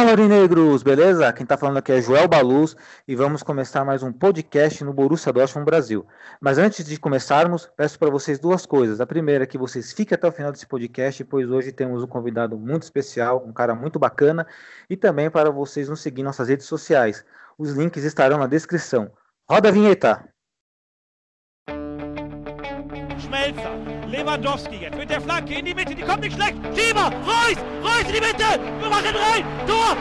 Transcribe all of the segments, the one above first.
Aurinegros, beleza? Quem tá falando aqui é Joel Baluz e vamos começar mais um podcast no Borussia Dortmund Brasil. Mas antes de começarmos, peço para vocês duas coisas. A primeira é que vocês fiquem até o final desse podcast, pois hoje temos um convidado muito especial, um cara muito bacana, e também para vocês nos seguir em nossas redes sociais. Os links estarão na descrição. Roda a vinheta! Schmelzer, Lewandowski jetzt mit der Flanke in die Mitte, die kommt nicht schlecht. Schieber, Reus in die Mitte, wir machen rein. Tor!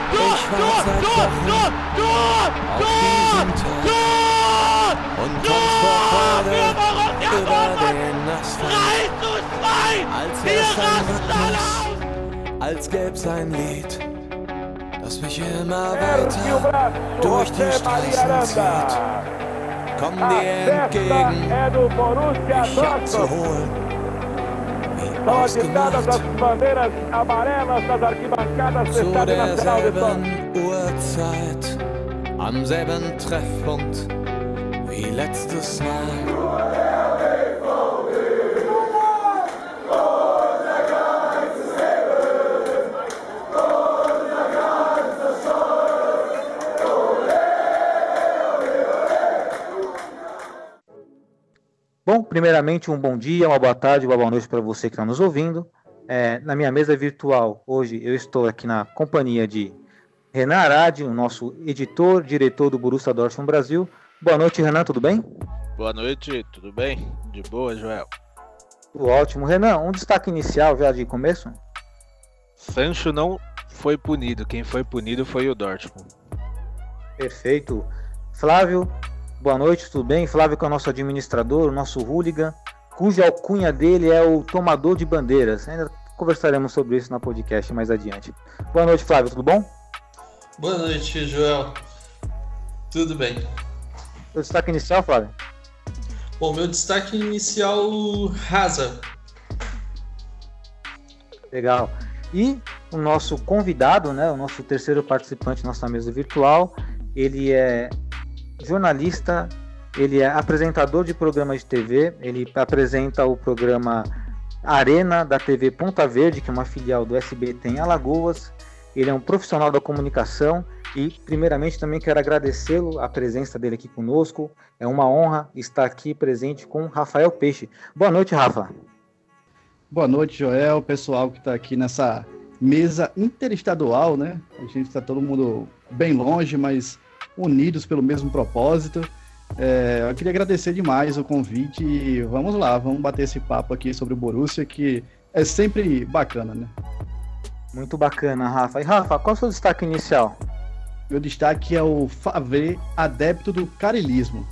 Und kommt vor Freude über den Asphalt. 3:2, wir rasten alle aus. Als gäb's ein Lied, das mich immer weiter durch die Straßen zieht. Komm dir entgegen, mich abzuholen, wie ausgemacht, zu derselben Uhrzeit, am selben Treffpunkt, wie letztes Mal. Bom, primeiramente um bom dia, uma boa tarde, uma boa noite para você que está nos ouvindo. Na minha mesa virtual, hoje eu estou aqui na companhia de Renan Aradi, o nosso editor, diretor do Borussia Dortmund Brasil. Boa noite, Renan, tudo bem? Boa noite, tudo bem? De boa, Joel? Tudo ótimo. Renan, um destaque inicial já de começo? Sancho não foi punido, quem foi punido foi o Dortmund. Perfeito. Flávio, boa noite, tudo bem? Flávio que é o nosso administrador, o nosso hooligan, cuja alcunha dele é o tomador de bandeiras. Ainda conversaremos sobre isso na podcast mais adiante. Boa noite, Flávio, tudo bom? Boa noite, Joel. Tudo bem. O destaque inicial, Flávio? Bom, meu destaque inicial, Hazard. Legal. E o nosso convidado, né, o nosso terceiro participante da nossa mesa virtual, ele é jornalista, ele é apresentador de programa de TV, ele apresenta o programa Arena da TV Ponta Verde, que é uma filial do SBT em Alagoas. Ele é um profissional da comunicação e, primeiramente, também quero agradecê-lo a presença dele aqui conosco. É uma honra estar aqui presente com Rafael Peixe. Boa noite, Rafa. Boa noite, Joel, pessoal que está aqui nessa mesa interestadual, né? A gente está todo mundo bem longe, mas unidos pelo mesmo propósito. Eu queria agradecer demais o convite e vamos lá, vamos bater esse papo aqui sobre o Borussia, que é sempre bacana, né? Muito bacana, Rafa. E Rafa, qual é o seu destaque inicial? Meu destaque é o Favre, adepto do carilismo.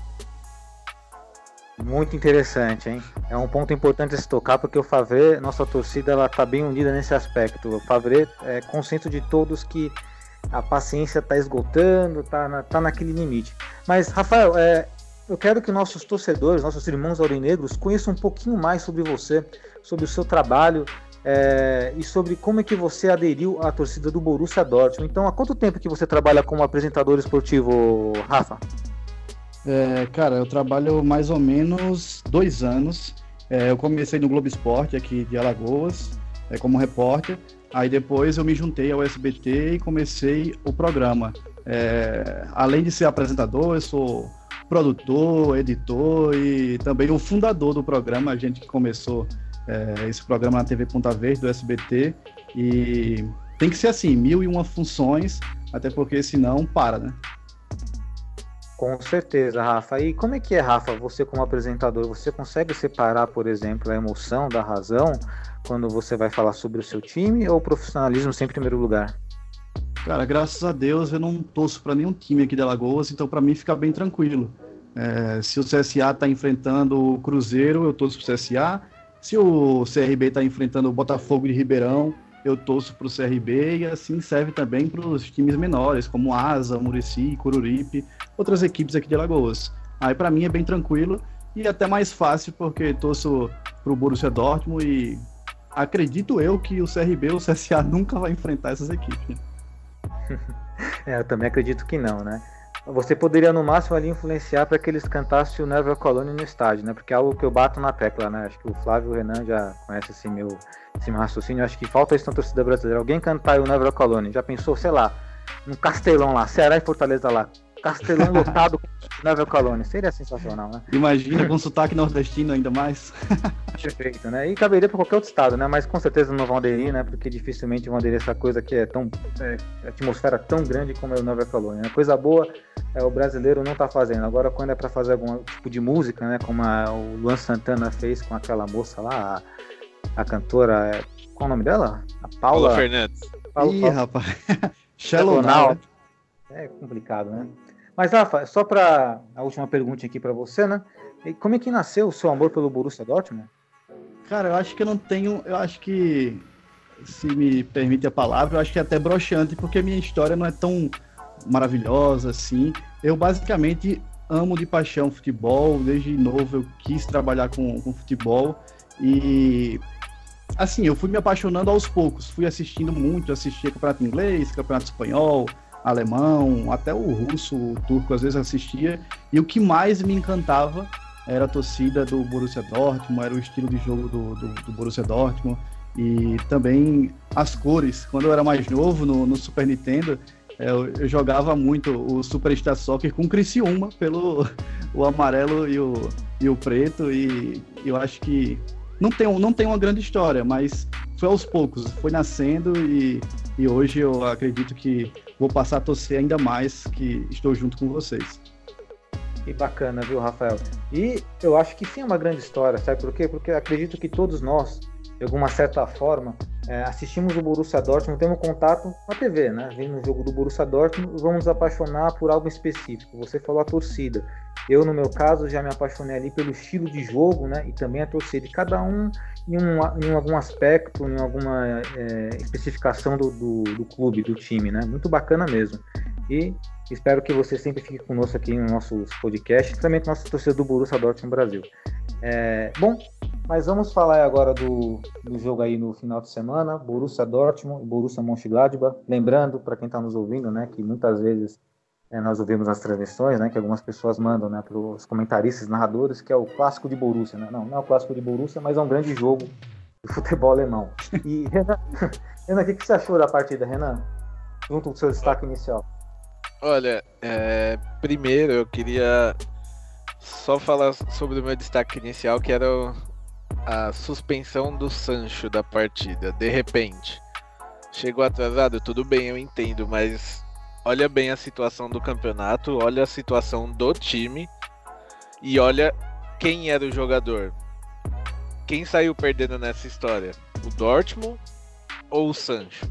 Muito interessante, hein? É um ponto importante a se tocar, porque o Favre, nossa torcida, ela tá bem unida nesse aspecto. O Favre é consenso de todos que a paciência está esgotando, tá naquele limite. Mas, Rafael, eu quero que nossos torcedores, nossos irmãos aurinegros, conheçam um pouquinho mais sobre você, sobre o seu trabalho e sobre como é que você aderiu à torcida do Borussia Dortmund. Então, há quanto tempo que você trabalha como apresentador esportivo, Rafa? Cara, eu trabalho mais ou menos 2 anos. Eu comecei no Globo Esporte, aqui de Alagoas, como repórter. Aí depois eu me juntei ao SBT e comecei o programa. Além de ser apresentador, eu sou produtor, editor e também o fundador do programa. A gente que começou esse programa na TV Ponta Verde do SBT. E tem que ser assim, 1001 funções, até porque senão para, né? Com certeza, Rafa. E como é que é, Rafa, você como apresentador, você consegue separar, por exemplo, a emoção da razão quando você vai falar sobre o seu time ou o profissionalismo sempre em primeiro lugar? Cara, graças a Deus eu não torço para nenhum time aqui de Alagoas, então para mim fica bem tranquilo. Se o CSA está enfrentando o Cruzeiro, eu torço pro CSA. Se o CRB está enfrentando o Botafogo de Ribeirão, eu torço pro CRB, e assim serve também para os times menores, como Asa, Murici, Coruripe, outras equipes aqui de Alagoas. Aí para mim é bem tranquilo e até mais fácil, porque torço pro Borussia Dortmund e acredito eu que o CRB ou o CSA nunca vai enfrentar essas equipes. Eu também acredito que não, né? você poderia no máximo ali influenciar para que eles cantassem o Never Colony no estádio, né? Porque é algo que eu bato na tecla, né? Acho que o Flávio e o Renan já conhecem esse meu raciocínio. Acho que falta isso na torcida brasileira. Alguém cantar o Never Colony. Já pensou, sei lá, um Castelão lá, Ceará e Fortaleza lá. Castelão lotado com Never Colony. Seria sensacional, né? Imagina com sotaque nordestino ainda mais. Perfeito, né? E caberia para qualquer outro estado, né? Mas com certeza não vão aderir, né? Porque dificilmente vão aderir a essa coisa que é tão... atmosfera tão grande como é o Never Colony, né? Coisa boa o brasileiro não tá fazendo. Agora, quando é para fazer algum tipo de música, né? Como o Luan Santana fez com aquela moça lá, a cantora... Qual o nome dela? A Paula Fernandes. Ih, rapaz. Shallow Now. É complicado, né? Mas, Rafa, só para a última pergunta aqui para você, né? Como é que nasceu o seu amor pelo Borussia Dortmund? Cara, eu acho que eu não tenho... Eu acho que, se me permite a palavra, eu acho que é até broxante, porque a minha história não é tão maravilhosa assim. Eu, basicamente, amo de paixão futebol. Desde novo eu quis trabalhar com futebol. E, assim, eu fui me apaixonando aos poucos. Fui assistindo muito, assistia campeonato inglês, campeonato espanhol, alemão, até o russo, o turco, às vezes assistia. E o que mais me encantava era a torcida do Borussia Dortmund, era o estilo de jogo do Borussia Dortmund e também as cores. Quando eu era mais novo, no Super Nintendo, eu jogava muito o Superstar Soccer com Criciúma, pelo o amarelo e o preto, e eu acho que não tem uma grande história, mas foi aos poucos, foi nascendo e hoje eu acredito que vou passar a torcer ainda mais, que estou junto com vocês. Que bacana, viu, Rafael? E eu acho que sim é uma grande história, sabe por quê? Porque acredito que todos nós, de alguma certa forma, assistimos o Borussia Dortmund, temos contato com a TV, né? Vemos o jogo do Borussia Dortmund e vamos nos apaixonar por algo específico. Você falou a torcida. Eu, no meu caso, já me apaixonei ali pelo estilo de jogo, né? E também a torcida. E cada um em algum aspecto, em alguma especificação do clube, do time, né? Muito bacana mesmo. E espero que você sempre fique conosco aqui no nosso podcast, principalmente nosso torcedor do Borussia Dortmund Brasil. Bom, mas vamos falar agora do jogo aí no final de semana, Borussia Dortmund e Borussia Mönchengladbach. Lembrando, para quem está nos ouvindo, né, que muitas vezes nós ouvimos nas transmissões, né, que algumas pessoas mandam, né, para os comentaristas, narradores, que é o clássico de Borussia, né? Não é o clássico de Borussia, mas é um grande jogo de futebol alemão. E, Renan, o que você achou da partida, Renan? Junto com o seu destaque inicial. Olha, primeiro eu queria só falar sobre o meu destaque inicial, que era a suspensão do Sancho da partida. De repente, chegou atrasado, tudo bem, eu entendo, mas olha bem a situação do campeonato, olha a situação do time e olha quem era o jogador. Quem saiu perdendo nessa história? O Dortmund ou o Sancho?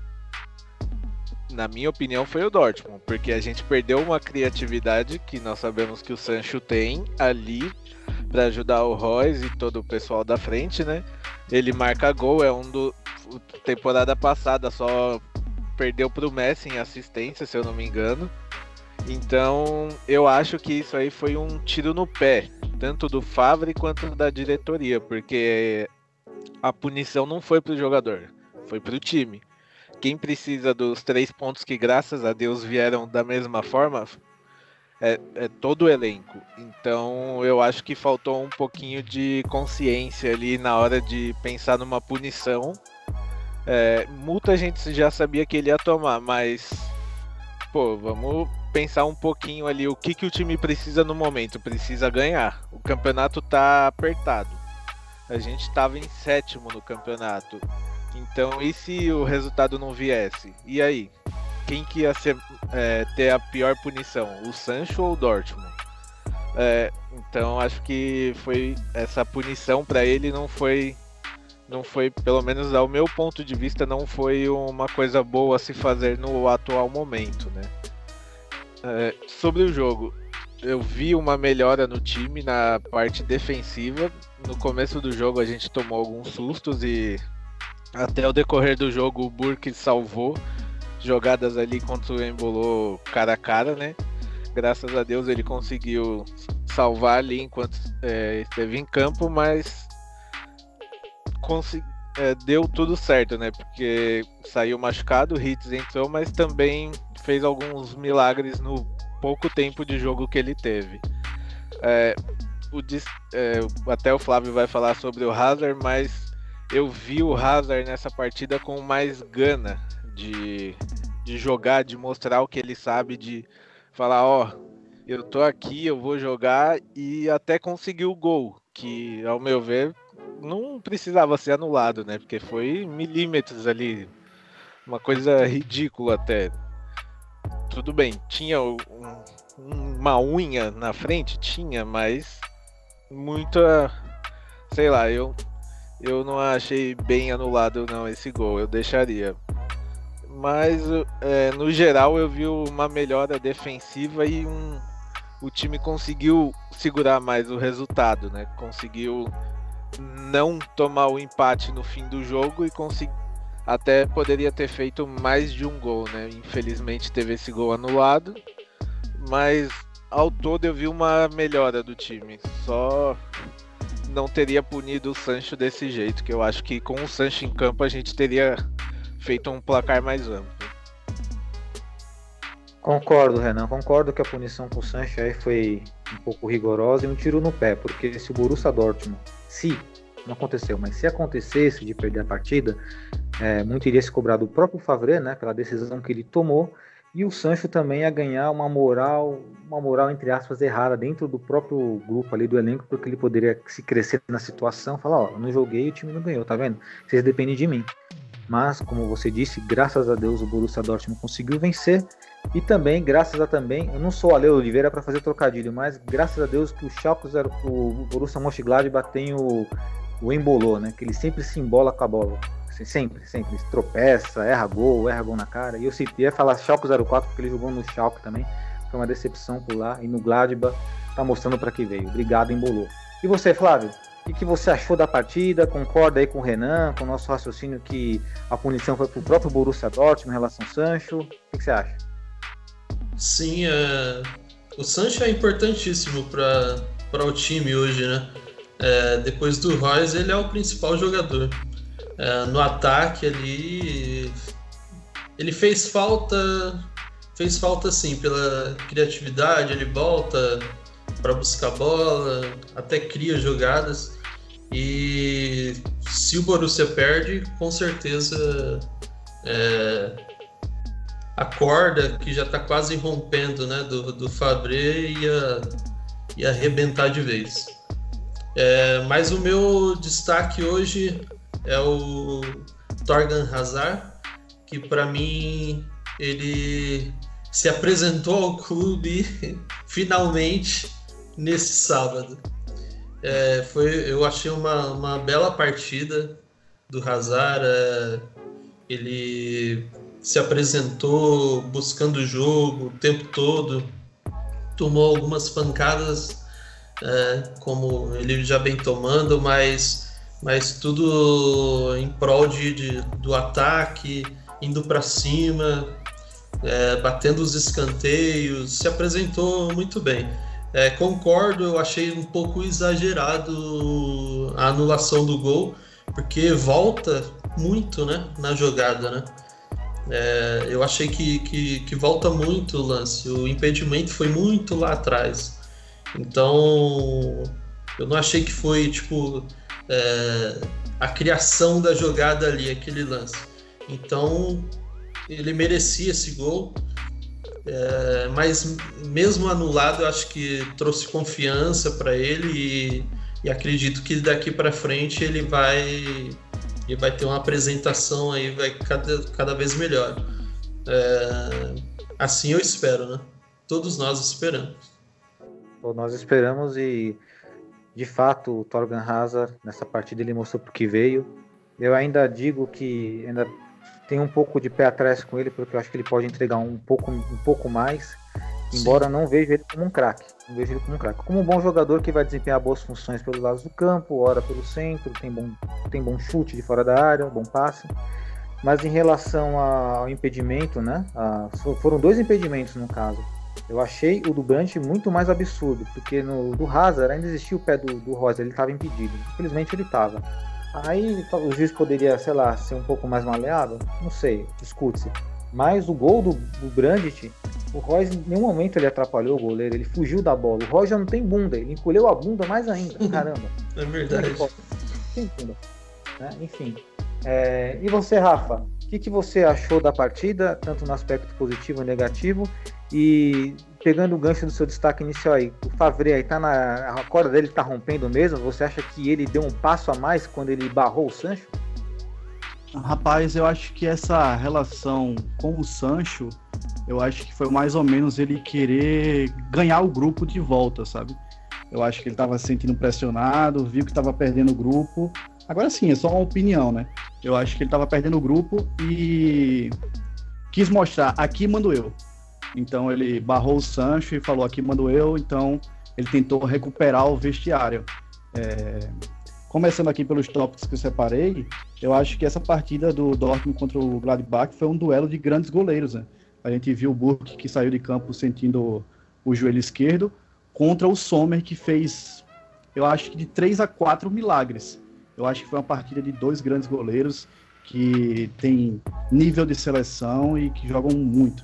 Na minha opinião foi o Dortmund, porque a gente perdeu uma criatividade que nós sabemos que o Sancho tem ali para ajudar o Reus e todo o pessoal da frente, né? Ele marca gol, temporada passada só perdeu pro Messi em assistência, se eu não me engano. Então eu acho que isso aí foi um tiro no pé, tanto do Favre quanto da diretoria, porque a punição não foi pro jogador, foi pro time. Quem precisa dos 3 pontos que, graças a Deus, vieram da mesma forma é todo o elenco. Então, eu acho que faltou um pouquinho de consciência ali na hora de pensar numa punição. Multa a gente já sabia que ele ia tomar, mas, vamos pensar um pouquinho ali o que o time precisa no momento. Precisa ganhar. O campeonato tá apertado. A gente tava em 7º no campeonato. Então, e se o resultado não viesse? E aí? Quem que ia ter a pior punição? O Sancho ou o Dortmund? Então, acho que foi essa punição para ele não foi, pelo menos ao meu ponto de vista, não foi uma coisa boa a se fazer no atual momento, né? Sobre o jogo, eu vi uma melhora no time na parte defensiva. No começo do jogo a gente tomou alguns sustos e até o decorrer do jogo o Burke salvou jogadas ali contra o Embolo cara a cara, né? Graças a Deus ele conseguiu salvar ali enquanto esteve em campo, mas deu tudo certo, né? Porque saiu machucado, o Hitz entrou, mas também fez alguns milagres pouco tempo de jogo que ele teve. Até o Flávio vai falar sobre o Hazard, mas eu vi o Hazard nessa partida com mais gana de jogar, de mostrar o que ele sabe, de falar, eu tô aqui, eu vou jogar, e até conseguir o gol, que ao meu ver não precisava ser anulado, né? Porque foi milímetros ali, uma coisa ridícula até. Tudo bem, tinha uma unha na frente, tinha, mas muita, sei lá, eu não achei bem anulado não esse gol, eu deixaria. Mas no geral eu vi uma melhora defensiva e o time conseguiu segurar mais o resultado, né? Conseguiu não tomar o empate no fim do jogo e até poderia ter feito mais de um gol, né? Infelizmente teve esse gol anulado, mas ao todo eu vi uma melhora do time. Só não teria punido o Sancho desse jeito, que eu acho que com o Sancho em campo a gente teria feito um placar mais amplo. Concordo, Renan, concordo que a punição com o Sancho aí foi um pouco rigorosa e um tiro no pé, porque se o Borussia Dortmund, não aconteceu, mas se acontecesse de perder a partida, muito iria se cobrar do próprio Favre, né, pela decisão que ele tomou, e o Sancho também ia ganhar uma moral entre aspas errada dentro do próprio grupo ali do elenco, porque ele poderia se crescer na situação, falar, eu não joguei e o time não ganhou, tá vendo? Vocês dependem de mim. Mas, como você disse, graças a Deus o Borussia Dortmund conseguiu vencer, e também, eu não sou a Leo Oliveira para fazer trocadilho, mas graças a Deus que o Borussia Mönchengladbach tem o embolou, né? Que ele sempre se embola com a bola. Sempre, ele tropeça, erra gol na cara. E eu ia falar Schalke 04 porque ele jogou no Schalke também. Foi uma decepção por lá. E no Gladbach tá mostrando para que veio. Obrigado, embolou. E você, Flávio? O que você achou da partida? Concorda aí com o Renan, com o nosso raciocínio que a punição foi pro próprio Borussia Dortmund em relação ao Sancho? O que você acha? Sim, o Sancho é importantíssimo para o time hoje, né? Depois do Reus, ele é o principal jogador. No ataque ali, ele fez falta sim, pela criatividade, ele volta para buscar bola, até cria jogadas, e se o Borussia perde, com certeza a corda que já está quase rompendo, né, do Favre ia arrebentar de vez. Mas o meu destaque hoje é o Thorgan Hazard, que para mim ele se apresentou ao clube finalmente nesse sábado. Eu achei uma bela partida do Hazard. Ele se apresentou buscando o jogo o tempo todo, tomou algumas pancadas, como ele já vem tomando, mas tudo em prol do ataque, indo para cima, batendo os escanteios, se apresentou muito bem. Concordo, eu achei um pouco exagerado a anulação do gol, porque volta muito, né, na jogada, né? Eu achei que volta muito o lance, o impedimento foi muito lá atrás, então eu não achei que foi tipo a criação da jogada ali, aquele lance. Então ele merecia esse gol, mas mesmo anulado eu acho que trouxe confiança para ele, e acredito que daqui para frente ele vai ter uma apresentação aí, vai cada vez melhor. Assim eu espero, né? Todos nós esperamos. Nós esperamos, e de fato o Thorgan Hazard nessa partida ele mostrou porque veio. Eu ainda digo que ainda tem um pouco de pé atrás com ele, porque eu acho que ele pode entregar um pouco mais, embora eu não veja ele como um craque. Como um bom jogador que vai desempenhar boas funções pelos lados do campo, ora pelo centro, tem bom chute de fora da área, bom passe. Mas em relação ao impedimento, né? Foram 2 impedimentos no caso. Eu achei o do Brandt muito mais absurdo, porque no do Hazard ainda existia o pé do Rosa, ele estava impedido. Infelizmente ele estava. Aí o juiz poderia, sei lá, ser um pouco mais maleável? Não sei, discute-se. Mas o gol do Brandt, O Reus, em nenhum momento ele atrapalhou o goleiro, ele fugiu da bola. O Reus já não tem bunda, ele encolheu a bunda mais ainda. Caramba. É verdade. Tem bunda, né? Enfim. E você, Rafa? O que você achou da partida, tanto no aspecto positivo e negativo? E pegando o gancho do seu destaque inicial aí, o Favre aí a corda dele tá rompendo mesmo? Você acha que ele deu um passo a mais quando ele barrou o Sancho? Rapaz, eu acho que essa relação com o Sancho, eu acho que foi mais ou menos ele querer ganhar o grupo de volta, sabe? Eu acho que ele estava se sentindo pressionado, viu que estava perdendo o grupo. Agora sim, é só uma opinião, né? Eu acho que ele estava perdendo o grupo e quis mostrar, aqui mando eu. Então ele barrou o Sancho e falou, aqui mando eu. Então ele tentou recuperar o vestiário. Começando aqui pelos tópicos que eu separei, eu acho que essa partida do Dortmund contra o Gladbach foi um duelo de grandes goleiros, né? A gente viu o Burke, que saiu de campo sentindo o joelho esquerdo, contra o Sommer, que fez, eu acho que de 3 a 4 milagres. Eu acho que foi uma partida de 2 grandes goleiros que tem nível de seleção e que jogam muito.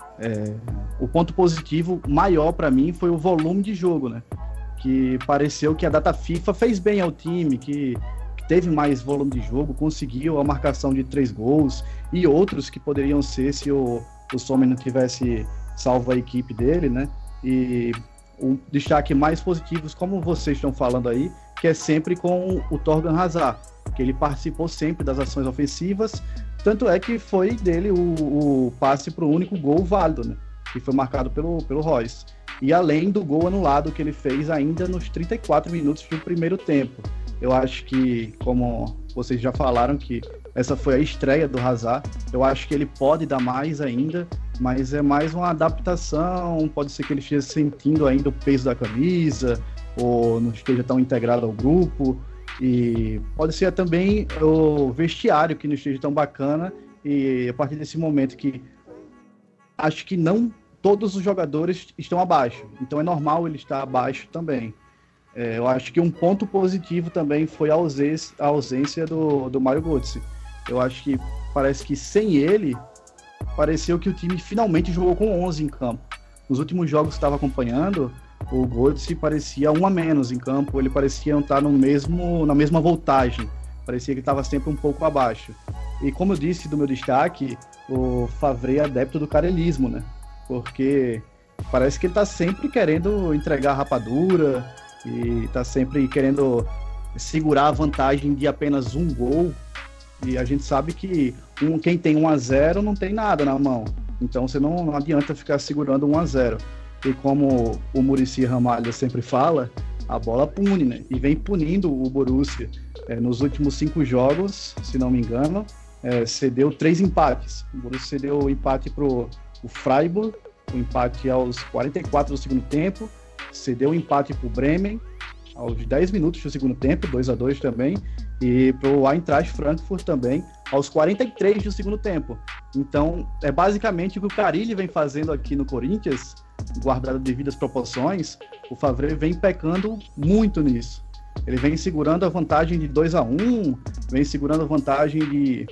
O ponto positivo maior para mim foi o volume de jogo, né? Que pareceu que a data FIFA fez bem ao time, que teve mais volume de jogo, conseguiu a marcação de 3 gols e outros que poderiam ser se o Sommer não tivesse salvo a equipe dele, né? E o destaque mais positivo, como vocês estão falando aí, que é sempre com o Thorgan Hazard, que ele participou sempre das ações ofensivas, tanto é que foi dele o passe para o único gol válido, né? Que foi marcado pelo Reus. E além do gol anulado que ele fez ainda nos 34 minutos do primeiro tempo. Eu acho que, como vocês já falaram, que essa foi a estreia do Hazard, eu acho que ele pode dar mais ainda, mas é mais uma adaptação, pode ser que ele esteja sentindo ainda o peso da camisa, ou não esteja tão integrado ao grupo, e pode ser também o vestiário que não esteja tão bacana, e a partir desse momento que acho que não todos os jogadores estão abaixo, então é normal ele estar abaixo também. Eu acho que um ponto positivo também foi a ausência do Mario Götze. Eu acho que parece que sem ele, pareceu que o time finalmente jogou com 11 em campo. Nos últimos jogos que estava acompanhando, o Götze parecia um a menos em campo, ele parecia não estar na mesma voltagem, parecia que estava sempre um pouco abaixo. E como eu disse do meu destaque, o Favre é adepto do carelismo, né? Porque parece que ele está sempre querendo entregar a rapadura e está sempre querendo segurar a vantagem de apenas um gol. E a gente sabe que quem tem 1-0 não tem nada na mão. Então você não adianta ficar segurando 1-0. E como o Muricy Ramalho sempre fala, a bola pune, né? E vem punindo o Borussia. Nos últimos 5 jogos, se não me engano, cedeu 3 empates. O Borussia cedeu o empate para o Freiburg, o empate aos 44 do segundo tempo, cedeu o empate para o Bremen aos 10 minutos do segundo tempo, 2-2 também, e para o Eintracht Frankfurt também, aos 43 do segundo tempo. Então, é basicamente o que o Carille vem fazendo aqui no Corinthians, guardado devidas proporções, o Favre vem pecando muito nisso. Ele vem segurando a vantagem de 2-1, vem segurando a vantagem de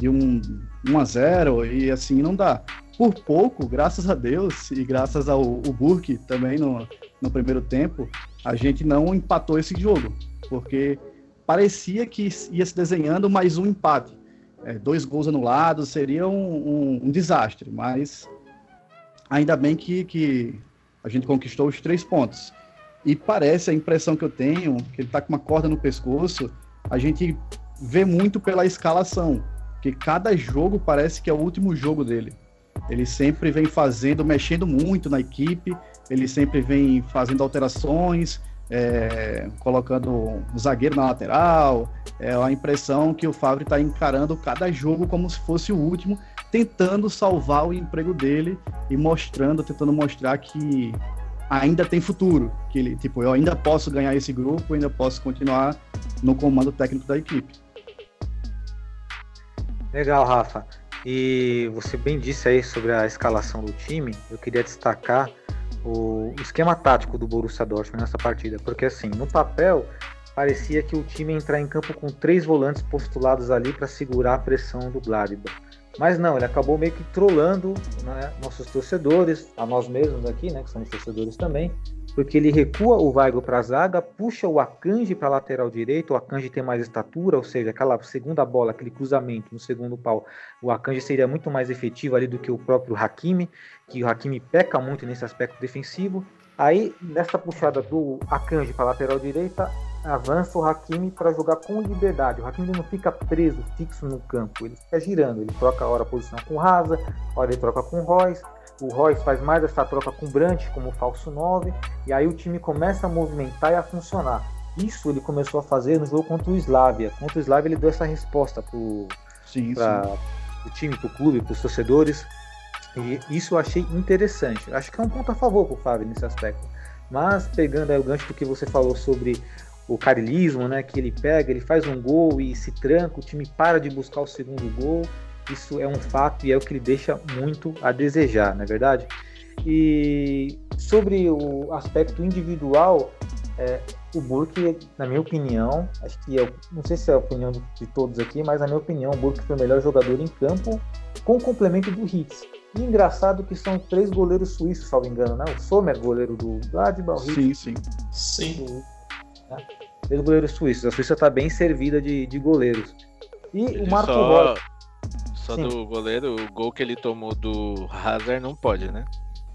1-0, e assim não dá. Por pouco, graças a Deus, e graças ao Burke também no primeiro tempo, a gente não empatou esse jogo, porque parecia que ia se desenhando mais um empate. 2 gols anulados seria um desastre, mas ainda bem que a gente conquistou os 3 pontos. E parece, a impressão que eu tenho, que ele está com uma corda no pescoço, a gente vê muito pela escalação, que cada jogo parece que é o último jogo dele. Ele sempre vem mexendo muito na equipe, ele sempre vem fazendo alterações, colocando um zagueiro na lateral. É a impressão que o Favre está encarando cada jogo como se fosse o último, tentando salvar o emprego dele e tentando mostrar que ainda tem futuro, que ele, eu ainda posso ganhar esse grupo, eu ainda posso continuar no comando técnico da equipe. Legal, Rafa. E você bem disse aí sobre a escalação do time. Eu queria destacar o esquema tático do Borussia Dortmund nessa partida, porque assim, no papel parecia que o time ia entrar em campo com 3 volantes postulados ali para segurar a pressão do Gladbach. Mas não, ele acabou meio que trollando, né, nossos torcedores, a nós mesmos aqui, né, que somos torcedores também, porque ele recua o Weigl para a zaga, puxa o Akanji para a lateral direito, o Akanji tem mais estatura, ou seja, aquela segunda bola, aquele cruzamento no segundo pau, o Akanji seria muito mais efetivo ali do que o próprio Hakimi, que o Hakimi peca muito nesse aspecto defensivo. Aí, nessa puxada do Akanji para a lateral direita, avança o Hakimi para jogar com liberdade. O Hakimi não fica preso, fixo no campo, ele fica girando, ele troca a hora a posição com o Hazard, a hora ele troca com o Reus. O Reus faz mais essa troca com o Brandt como falso 9, e aí o time começa a movimentar e a funcionar. Isso ele começou a fazer no jogo contra o Slavia. Contra o Slavia ele deu essa resposta para o time, para o clube, para os torcedores. E isso eu achei interessante. Acho que é um ponto a favor para o Fábio nesse aspecto. Mas pegando aí o gancho do que você falou sobre o carilismo, né, que ele pega, ele faz um gol e se tranca, o time para de buscar o segundo gol. Isso é um fato e é o que ele deixa muito a desejar, não é verdade? E sobre o aspecto individual, o Burke, na minha opinião, acho que não sei se é a opinião de todos aqui, mas na minha opinião, o Burke foi o melhor jogador em campo com o complemento do Hitz. E engraçado que são 3 goleiros suíços, salvo engano, né? O Sommer, goleiro do Gladbach, o Hitz. Sim. 3 goleiros suíços. A Suíça está bem servida de goleiros. E ele o Marco Reus. Só sim. Do goleiro, o gol que ele tomou do Hazard não pode, né?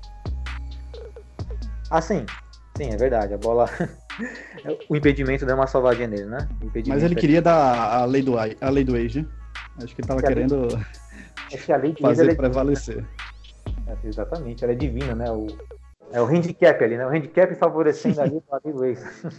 Ah, sim, é verdade. A bola. O impedimento deu uma salvadinha nele, né? Mas ele queria dar a lei do ex, né? Acho que ele tava querendo fazer prevalecer. Exatamente, ela é divina, né? É o handicap ali, né? O handicap favorecendo ali a lei do ex.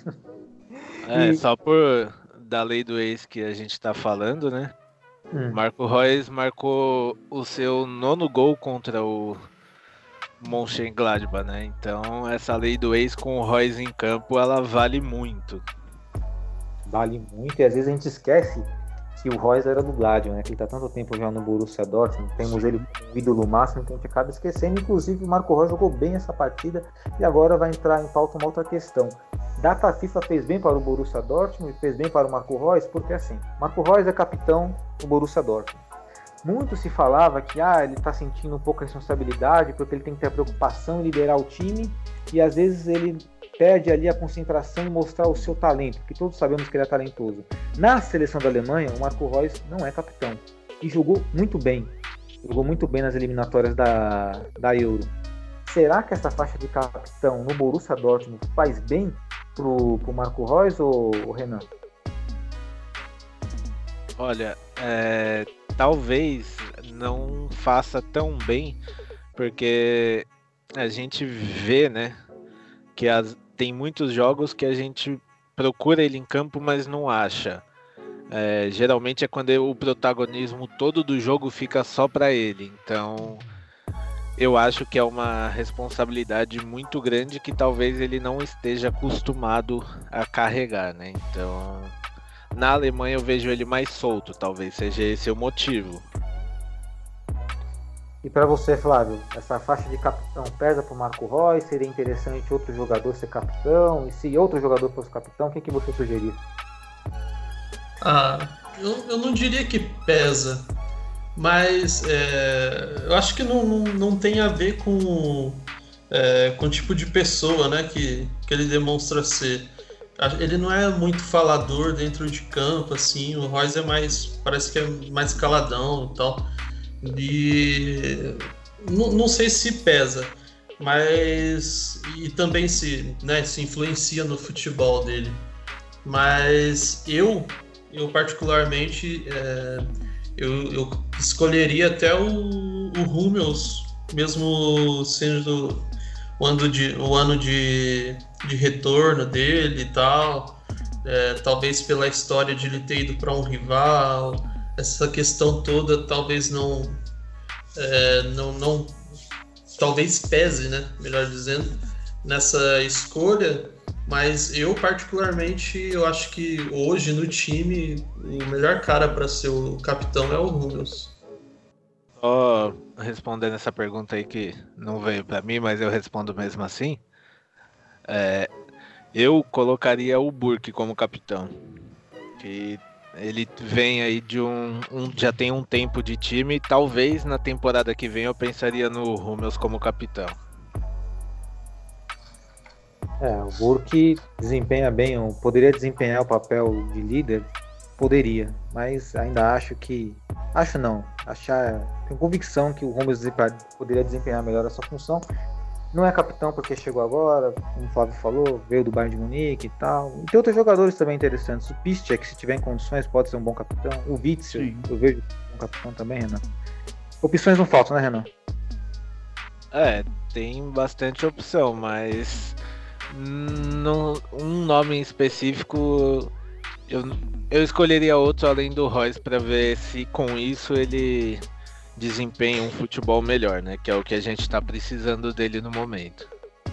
Só por da lei do ex que a gente tá falando, né? Marco Reus marcou o seu 9º gol contra o Mönchengladbach, né? Então essa lei do ex com o Reus em campo, ela vale muito. Vale muito, e às vezes a gente esquece que o Reus era do Gladbach, né? Que ele tá tanto tempo já no Borussia Dortmund, temos ele como ídolo máximo, que a gente acaba esquecendo. Inclusive o Marco Reus jogou bem essa partida, e agora vai entrar em pauta uma outra questão. Data FIFA fez bem para o Borussia Dortmund e fez bem para o Marco Reus, porque assim, Marco Reus é capitão do Borussia Dortmund. Muito se falava que ele está sentindo um pouco a responsabilidade, porque ele tem que ter a preocupação em liderar o time, e às vezes ele perde ali a concentração em mostrar o seu talento, porque todos sabemos que ele é talentoso. Na seleção da Alemanha, o Marco Reus não é capitão, e jogou muito bem nas eliminatórias da Euro. Será que essa faixa de capitão no Borussia Dortmund faz bem pro Marco Reus, ou Renan? Olha, talvez não faça tão bem, porque a gente vê, né, que tem muitos jogos que a gente procura ele em campo, mas não acha. Geralmente é quando o protagonismo todo do jogo fica só para ele. Então eu acho que é uma responsabilidade muito grande que talvez ele não esteja acostumado a carregar, né? Então, na Alemanha eu vejo ele mais solto, talvez seja esse o motivo. E para você, Flávio, essa faixa de capitão pesa para o Marco Reus? Seria interessante outro jogador ser capitão? E se outro jogador fosse capitão, o que você sugeria? Eu não diria que pesa, mas eu acho que não tem a ver com o tipo de pessoa, né, que ele demonstra ser. Ele não é muito falador dentro de campo, assim. O Reus parece que é mais caladão e tal. E não sei se pesa, mas e também se influencia no futebol dele. Mas eu particularmente eu escolheria até o Hummels, mesmo sendo o ano de retorno dele e tal, talvez pela história de ele ter ido para um rival, essa questão toda talvez não talvez pese, né, melhor dizendo, nessa escolha. Mas eu particularmente, eu acho que hoje no time o melhor cara para ser o capitão é o Hummels. Só respondendo essa pergunta aí que não veio para mim, mas eu respondo mesmo assim. Eu colocaria o Burke como capitão. Que Ele vem aí de já tem um tempo de time. Talvez na temporada que vem eu pensaria no Hummels como capitão. O Burke desempenha bem, poderia desempenhar o papel de líder, poderia, mas ainda tenho convicção que o Hummels poderia desempenhar melhor essa função. Não é capitão porque chegou agora, como o Flávio falou, veio do Bayern de Munique e tal. E tem outros jogadores também interessantes. O Piszczek, se tiver em condições, pode ser um bom capitão. O Witzel, eu vejo um capitão também, Renan. Opções não faltam, né, Renan? Tem bastante opção, mas um nome em específico eu escolheria outro além do Reus para ver se com isso ele desempenha um futebol melhor, né? Que é o que a gente está precisando dele no momento.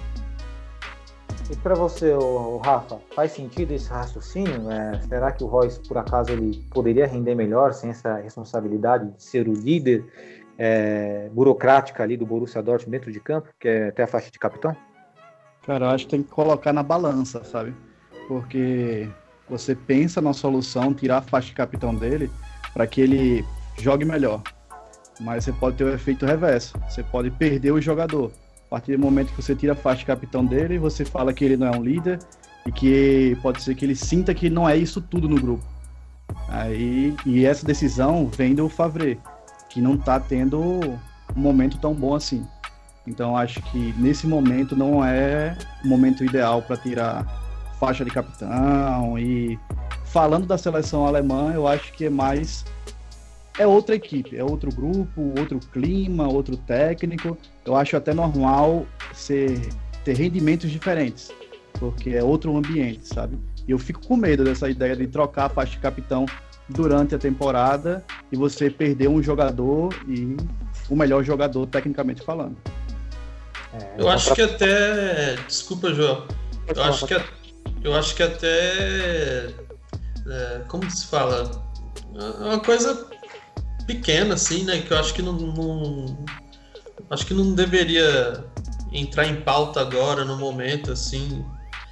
E para você, Rafa, faz sentido esse raciocínio? Será que o Reus, por acaso, ele poderia render melhor sem essa responsabilidade de ser o líder burocrática ali do Borussia Dortmund dentro de campo, que é até a faixa de capitão? Cara, eu acho que tem que colocar na balança, sabe? Porque você pensa na solução, tirar a faixa de capitão dele para que ele jogue melhor. Mas você pode ter o efeito reverso. Você pode perder o jogador. A partir do momento que você tira a faixa de capitão dele, você fala que ele não é um líder e que pode ser que ele sinta que não é isso tudo no grupo. E essa decisão vem do Favre, que não está tendo um momento tão bom assim. Então acho que nesse momento não é o momento ideal para tirar faixa de capitão. E falando da seleção alemã, eu acho que é outra equipe, é outro grupo, outro clima, outro técnico. Eu acho até normal ter rendimentos diferentes, porque é outro ambiente, sabe? E eu fico com medo dessa ideia de trocar a faixa de capitão durante a temporada e você perder um jogador e o melhor jogador, tecnicamente falando. Eu acho que até... Desculpa, João. Eu acho que até... como se fala? É uma coisa pequena, assim, né? Que eu acho que acho que não deveria entrar em pauta agora, no momento, assim,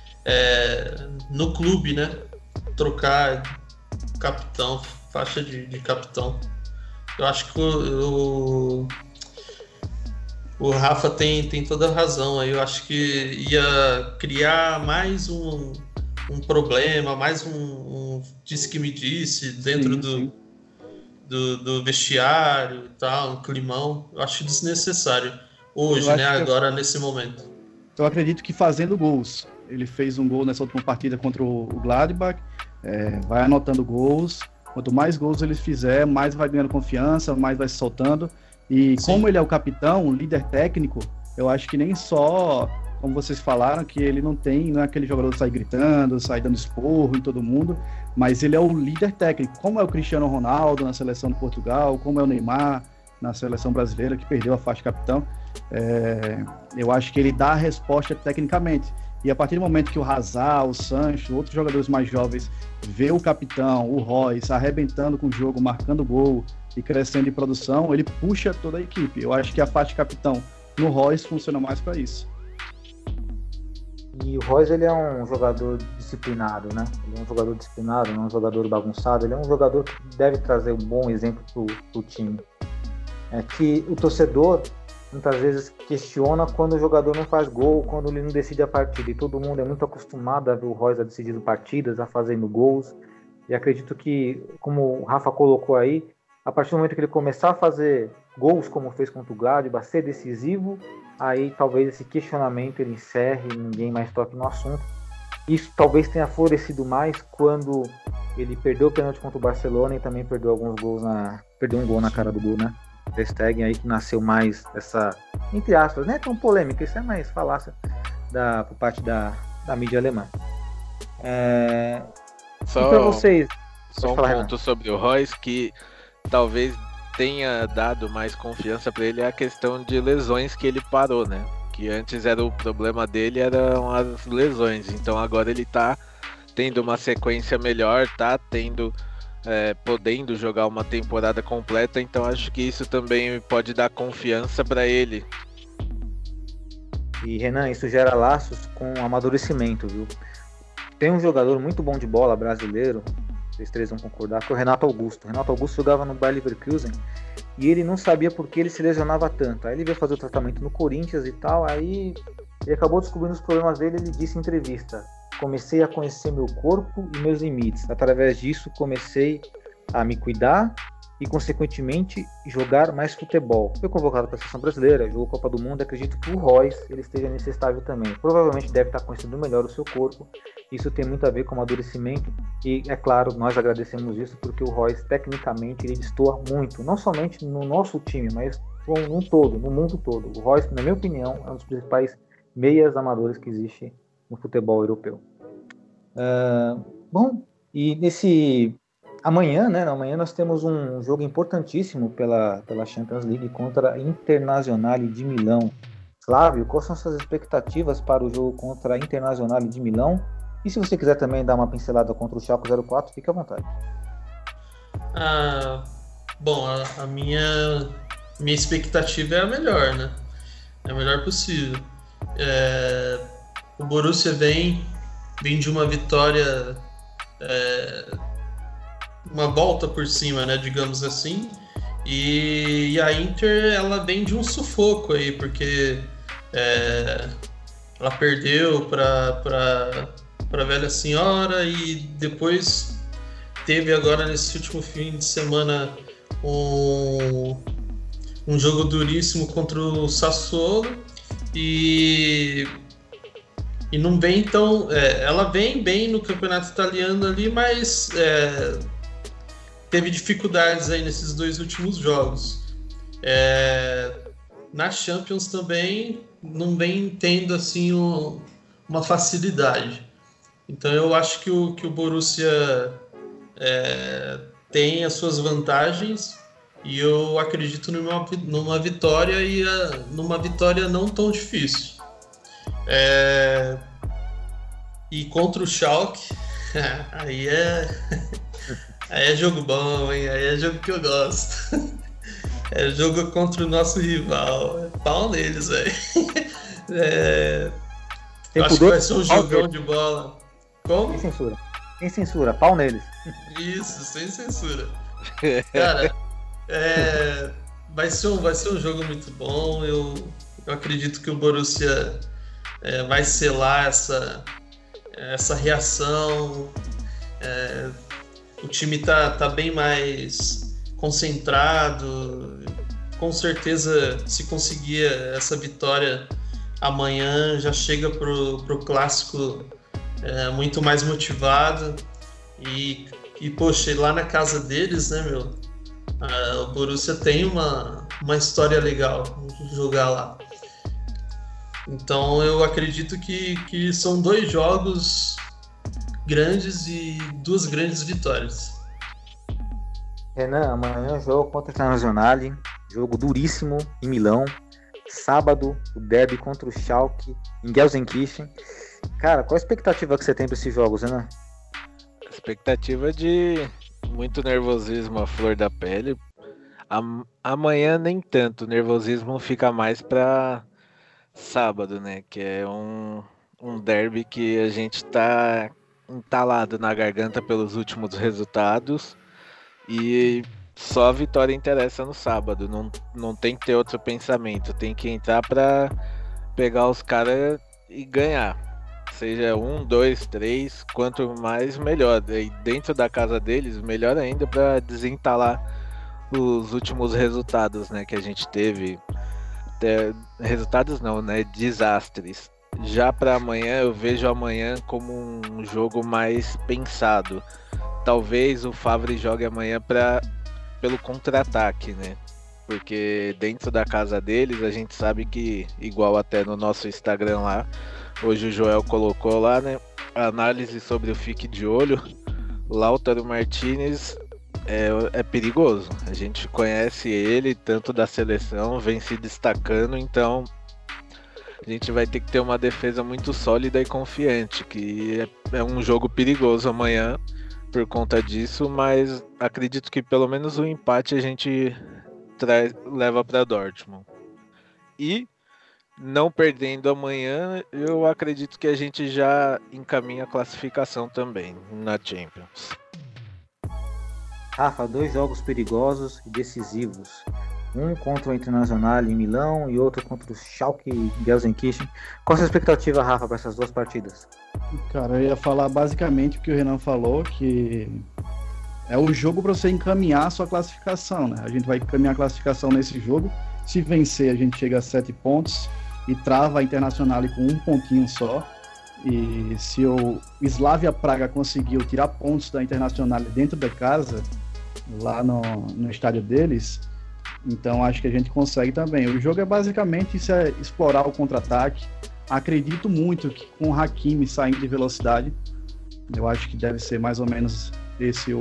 no clube, né? Trocar capitão, faixa de capitão. Eu acho que o Rafa tem toda a razão aí. Eu acho que ia criar mais um problema, mais um disse-que-me-disse dentro do vestiário e tal, um climão. Eu acho desnecessário hoje, né? Agora, nesse momento. Eu acredito que fazendo gols. Ele fez um gol nessa última partida contra o Gladbach, vai anotando gols. Quanto mais gols ele fizer, mais vai ganhando confiança, mais vai se soltando. E como ele é o capitão, o líder técnico, eu acho que nem só, como vocês falaram, que ele não é aquele jogador que sai gritando, sai dando esporro em todo mundo, mas ele é o líder técnico, como é o Cristiano Ronaldo na seleção de Portugal, como é o Neymar na seleção brasileira, que perdeu a faixa de capitão. Eu acho que ele dá a resposta tecnicamente. E a partir do momento que o Hazard, o Sancho, outros jogadores mais jovens, vê o capitão, o Reus, arrebentando com o jogo, marcando gol e crescendo em produção, ele puxa toda a equipe. Eu acho que a faixa de capitão no Reus funciona mais para isso. E o Reus, ele é um jogador disciplinado, né? Ele é um jogador disciplinado, não é um jogador bagunçado. Ele é um jogador que deve trazer um bom exemplo pro time. É que o torcedor muitas vezes questiona quando o jogador não faz gol, quando ele não decide a partida. E todo mundo é muito acostumado a ver o Reus decidindo partidas, a fazendo gols. E acredito que, como o Rafa colocou aí, a partir do momento que ele começar a fazer gols, como fez contra o Gladbach, ser decisivo, aí talvez esse questionamento ele encerre e ninguém mais toque no assunto. Isso talvez tenha florescido mais quando ele perdeu o pênalti contra o Barcelona e também perdeu um gol na cara do gol, né? Ter Stegen aí que nasceu mais essa, entre aspas, não é tão polêmica, isso é mais falácia por parte da mídia alemã. Só para vocês, só um ponto sobre o Reus que talvez tenha dado mais confiança para ele, é a questão de lesões que ele parou, né? Que antes era o problema dele, eram as lesões. Então agora ele tá tendo uma sequência melhor, tá podendo jogar uma temporada completa, então acho que isso também pode dar confiança para ele. E Renan, isso gera laços com amadurecimento, viu? Tem um jogador muito bom de bola brasileiro, vocês três vão concordar, que é o Renato Augusto. O Renato Augusto jogava no Bayer Leverkusen e ele não sabia por que ele se lesionava tanto. Aí ele veio fazer o tratamento no Corinthians e tal, aí ele acabou descobrindo os problemas dele. Ele disse em entrevista: comecei a conhecer meu corpo e meus limites. Através disso, comecei a me cuidar e, consequentemente, jogar mais futebol. Foi convocado para a seleção brasileira, jogou Copa do Mundo. Acredito que o Royce ele esteja nesse estágio também. Provavelmente deve estar conhecendo melhor o seu corpo. Isso tem muito a ver com o amadurecimento e, é claro, nós agradecemos isso porque o Royce, tecnicamente, ele destoa muito, não somente no nosso time, mas no todo, no mundo todo. O Royce, na minha opinião, é um dos principais meias amadores que existe no futebol europeu. Bom, e amanhã, né? Amanhã nós temos um jogo importantíssimo pela Champions League contra a Internazionale de Milão. Flávio, quais são suas expectativas para o jogo contra a Internazionale de Milão? E se você quiser também dar uma pincelada contra o Schalke 04, fique à vontade. Bom, a minha expectativa é a melhor, né? É a melhor possível. O Borussia vem de uma vitória, uma volta por cima, né, digamos assim, e a Inter, ela vem de um sufoco aí, porque ela perdeu para a velha senhora e depois teve agora nesse último fim de semana um jogo duríssimo contra o Sassuolo e não vem tão... ela vem bem no campeonato italiano ali, mas teve dificuldades aí nesses 2 últimos jogos. Na Champions também não vem tendo assim uma facilidade. Então eu acho que o Borussia tem as suas vantagens e eu acredito numa vitória e numa vitória não tão difícil. E contra o Schalke, aí é jogo bom, hein? Aí é jogo que eu gosto. É jogo contra o nosso rival. É pau neles, velho. Eu acho que vai ser um jogão de bola. Como? Sem censura, pau neles. Isso, sem censura. Cara, vai ser um jogo muito bom. Eu acredito que o Borussia vai selar essa reação. O time tá bem mais concentrado. Com certeza, se conseguir essa vitória amanhã, já chega pro clássico muito mais motivado. E poxa, lá na casa deles, né, meu? O Borussia tem uma história legal de jogar lá. Então eu acredito que são 2 jogos grandes e 2 grandes vitórias. Renan, amanhã jogo contra a Internazionale, jogo duríssimo em Milão. Sábado, o derby contra o Schalke em Gelsenkirchen. Cara, qual a expectativa que você tem para esses jogos, Renan? Expectativa de muito nervosismo à flor da pele. Amanhã nem tanto, o nervosismo fica mais para sábado, né? Que é um derby que a gente tá entalado na garganta pelos últimos resultados e só a vitória interessa no sábado. Não tem que ter outro pensamento, tem que entrar para pegar os caras e ganhar. Seja 1, 2, 3, quanto mais melhor. E dentro da casa deles, melhor ainda para desentalar os últimos resultados, né, que a gente teve. Resultados não, né, desastres. Já para amanhã, eu vejo amanhã como um jogo mais pensado. Talvez o Favre jogue amanhã pelo contra-ataque, né? Porque dentro da casa deles, a gente sabe que, igual até no nosso Instagram lá, hoje o Joel colocou lá, né? Análise sobre o Fique de Olho. Lautaro Martinez é perigoso. A gente conhece ele, tanto da seleção, vem se destacando, então a gente vai ter que ter uma defesa muito sólida e confiante, que é um jogo perigoso amanhã por conta disso, mas acredito que pelo menos o empate a gente leva para Dortmund. E não perdendo amanhã, eu acredito que a gente já encaminha a classificação também na Champions. Rafa, 2 jogos perigosos e decisivos. Um contra o Internacional em Milão e outro contra o Schalke Gelsenkirchen. Qual a sua expectativa, Rafa, para essas 2 partidas? Cara, eu ia falar basicamente o que o Renan falou, que é o jogo para você encaminhar a sua classificação, né? A gente vai encaminhar a classificação nesse jogo. Se vencer, a gente chega a 7 pontos e trava a Internacional com 1 pontinho só. E se o Slavia Praga conseguiu tirar pontos da Internacional dentro de casa, lá no estádio deles, então acho que a gente consegue também. O jogo é basicamente isso, é explorar o contra-ataque. Acredito muito que com o Hakimi saindo de velocidade, eu acho que deve ser mais ou menos esse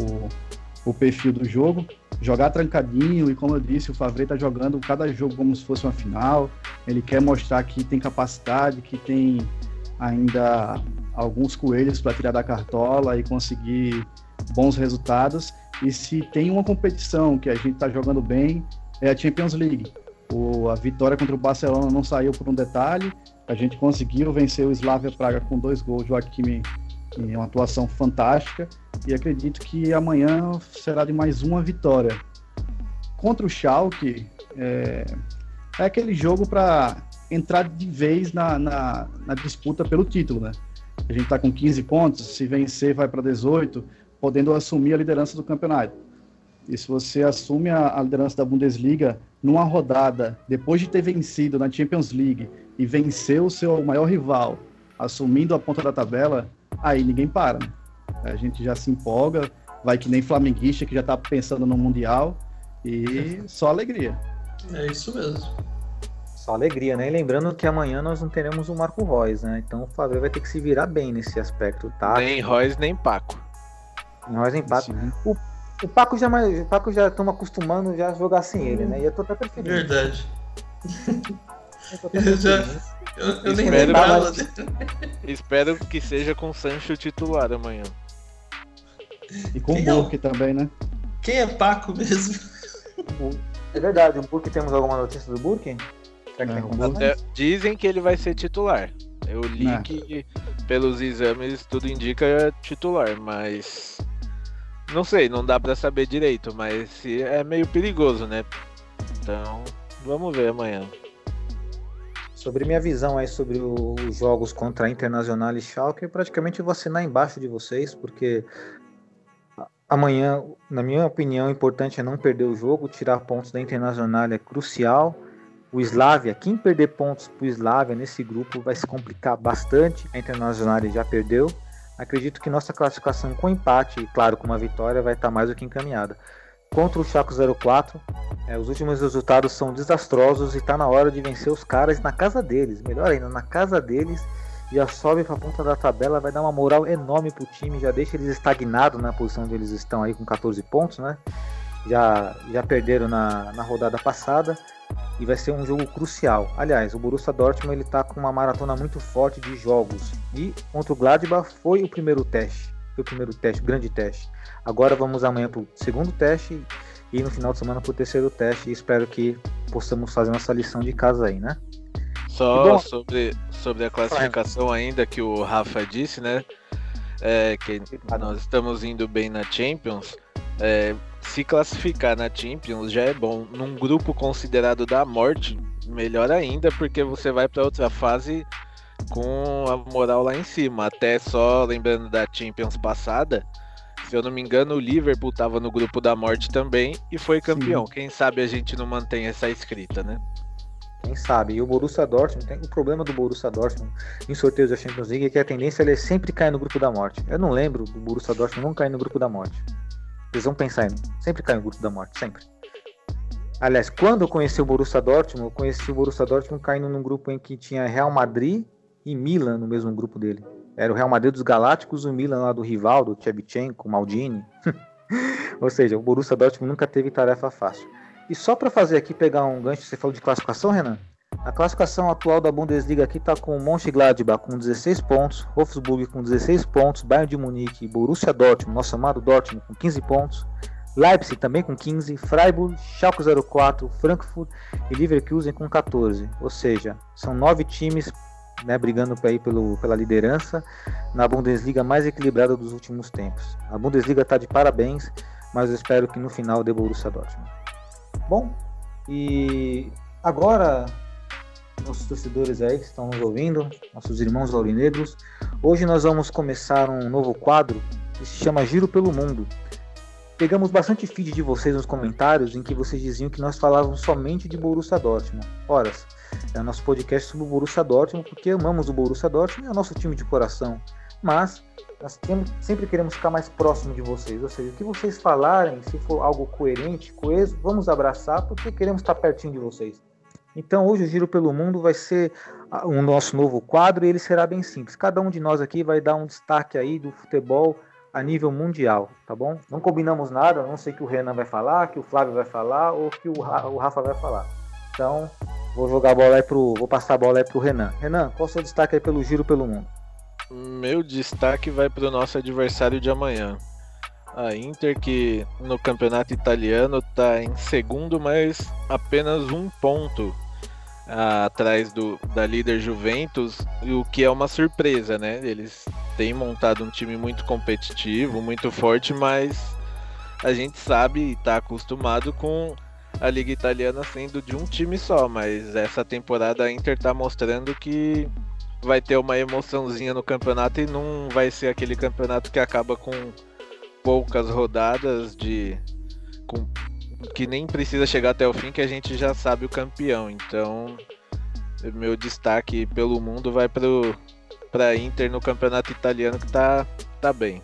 o perfil do jogo. Jogar trancadinho e, como eu disse, o Favre está jogando cada jogo como se fosse uma final. Ele quer mostrar que tem capacidade, que tem ainda alguns coelhos para tirar da cartola e conseguir bons resultados. E se tem uma competição que a gente está jogando bem, é a Champions League. A vitória contra o Barcelona não saiu por um detalhe. A gente conseguiu vencer o Slavia Praga com 2 gols do Hakimi, em uma atuação fantástica. E acredito que amanhã será de mais uma vitória. Contra o Schalke, é aquele jogo para entrar de vez na disputa pelo título, né? A gente está com 15 pontos, se vencer vai para 18, podendo assumir a liderança do campeonato. E se você assume a liderança da Bundesliga numa rodada, depois de ter vencido na Champions League e vencer o seu maior rival, assumindo a ponta da tabela, aí ninguém para, né? A gente já se empolga, vai que nem flamenguista que já está pensando no Mundial, e só alegria. É isso mesmo. Só alegria, né? E lembrando que amanhã nós não teremos o Marco Reus, né? Então o Favre vai ter que se virar bem nesse aspecto, tá? Nem Reus, nem Paco. Nem Reus, nem Paco. O Paco já estamos acostumando já a jogar sem ele, né? E eu tô até preferindo. Verdade. Eu nem Espero- lembrava. Espero que seja com Sancho titular amanhã. E com Quem o é o- Burke também, né? Quem é Paco mesmo? É verdade, o Burke, temos alguma notícia do Burke? Será que É, tem o condições? Dizem que ele vai ser titular. Eu li que pelos exames tudo indica titular, mas não sei, não dá pra saber direito, mas é meio perigoso, né? Então, vamos ver amanhã. Sobre minha visão aí sobre os jogos contra a Internacional e Schalke, eu praticamente vou assinar embaixo de vocês, porque amanhã, na minha opinião, o importante é não perder o jogo, tirar pontos da Internacional é crucial. O Slavia, quem perder pontos pro Slavia nesse grupo vai se complicar bastante. A Internacional já perdeu. Acredito que nossa classificação com empate, e claro, com uma vitória, vai estar mais do que encaminhada. Contra o Schalke 04, os últimos resultados são desastrosos e está na hora de vencer os caras na casa deles. Melhor ainda, na casa deles, já sobe para a ponta da tabela, vai dar uma moral enorme pro time, já deixa eles estagnados na posição onde eles estão aí com 14 pontos, né? Já perderam na rodada passada e vai ser um jogo crucial. Aliás, o Borussia Dortmund ele tá com uma maratona muito forte de jogos e contra o Gladbach foi o primeiro teste, grande teste. Agora vamos amanhã pro segundo teste e no final de semana pro terceiro teste e espero que possamos fazer nossa lição de casa aí, né? Só sobre a classificação ainda que o Rafa disse, né? Que nós estamos indo bem na Champions. Se classificar na Champions já é bom. Num grupo considerado da morte, melhor ainda, porque você vai para outra fase com a moral lá em cima. Até só lembrando da Champions passada, se eu não me engano, o Liverpool estava no grupo da morte também e foi campeão. Sim. Quem sabe a gente não mantém essa escrita, né? Quem sabe? E o Borussia Dortmund, o problema do Borussia Dortmund em sorteios da Champions League é que a tendência é sempre cair no grupo da morte. Eu não lembro do Borussia Dortmund não cair no grupo da morte. Vocês vão pensar em sempre cai no grupo da morte, sempre. Aliás, quando eu conheci o Borussia Dortmund, eu conheci o Borussia Dortmund caindo num grupo em que tinha Real Madrid e Milan no mesmo grupo dele. Era o Real Madrid dos Galácticos, o Milan lá do rival, do Shevchenko, Maldini. Ou seja, o Borussia Dortmund nunca teve tarefa fácil. E só para fazer aqui, pegar um gancho, você falou de classificação, Renan? A classificação atual da Bundesliga aqui está com o Mönchengladbach com 16 pontos, Wolfsburg com 16 pontos, Bayern de Munique, Borussia Dortmund, nosso amado Dortmund com 15 pontos, Leipzig também com 15, Freiburg, Schalke 04, Frankfurt e Leverkusen com 14. Ou seja, são 9 times, né, brigando aí pela liderança na Bundesliga mais equilibrada dos últimos tempos. A Bundesliga está de parabéns. mas eu espero que no final dê Borussia Dortmund. Bom, e agora, nossos torcedores aí que estão nos ouvindo, nossos irmãos aurinegros, hoje nós vamos começar um novo quadro que se chama Giro pelo Mundo. Pegamos bastante feed de vocês nos comentários em que vocês diziam que nós falávamos somente de Borussia Dortmund. Ora, é o nosso podcast sobre o Borussia Dortmund, porque amamos o Borussia Dortmund, é o nosso time de coração. Mas nós sempre queremos ficar mais próximo de vocês, ou seja, o que vocês falarem, se for algo coerente, coeso, vamos abraçar, porque queremos estar pertinho de vocês. Então hoje o Giro pelo Mundo vai ser o nosso novo quadro e ele será bem simples. Cada um de nós aqui vai dar um destaque aí do futebol a nível mundial, tá bom? Não combinamos nada, não sei que o Renan vai falar, que o Flávio vai falar ou que o Rafa vai falar. Então vou passar a bola aí pro Renan. Renan, qual é o seu destaque aí pelo Giro pelo Mundo? Meu destaque vai para o nosso adversário de amanhã. A Inter, que no campeonato italiano está em segundo, mas apenas 1 ponto atrás da líder Juventus, o que é uma surpresa, né? Eles têm montado um time muito competitivo, muito forte, mas a gente sabe e está acostumado com a Liga Italiana sendo de um time só, mas essa temporada a Inter está mostrando que vai ter uma emoçãozinha no campeonato e não vai ser aquele campeonato que acaba com poucas rodadas que nem precisa chegar até o fim, que a gente já sabe o campeão. Então meu destaque pelo mundo vai para Inter no campeonato italiano, que tá bem.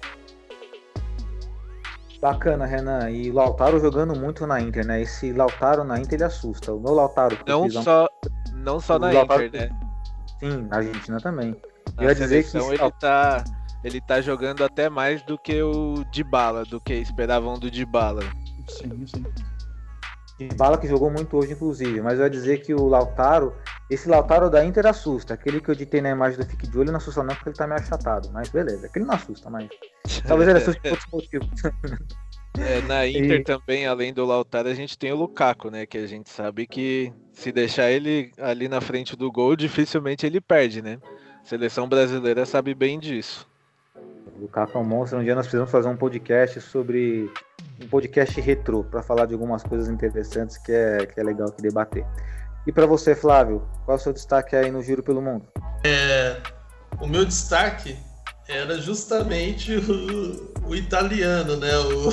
Bacana, Renan. E Lautaro jogando muito na Inter, né? Esse Lautaro na Inter ele assusta. O meu Lautaro não só na Lautaro, Inter, né? Sim, na Argentina também. Na seleção ele tá jogando até mais do que o Dybala, do que esperavam do Dybala. Sim. Dybala que jogou muito hoje, inclusive. Mas eu ia dizer que o Lautaro, esse Lautaro da Inter assusta. Aquele que eu editei na imagem do Fique de Olho não assusta não, porque ele tá meio achatado. Mas beleza, aquele não assusta, mas talvez ele assuste por outros motivos. Na Inter também, além do Lautaro, a gente tem o Lukaku, né? Que a gente sabe que se deixar ele ali na frente do gol, dificilmente ele perde, né? A seleção brasileira sabe bem disso. O Lukaku é um monstro. Um dia nós precisamos fazer um podcast retrô, para falar de algumas coisas interessantes que é legal aqui debater. E para você, Flávio, qual é o seu destaque aí no Giro pelo Mundo? O meu destaque era justamente o italiano, né?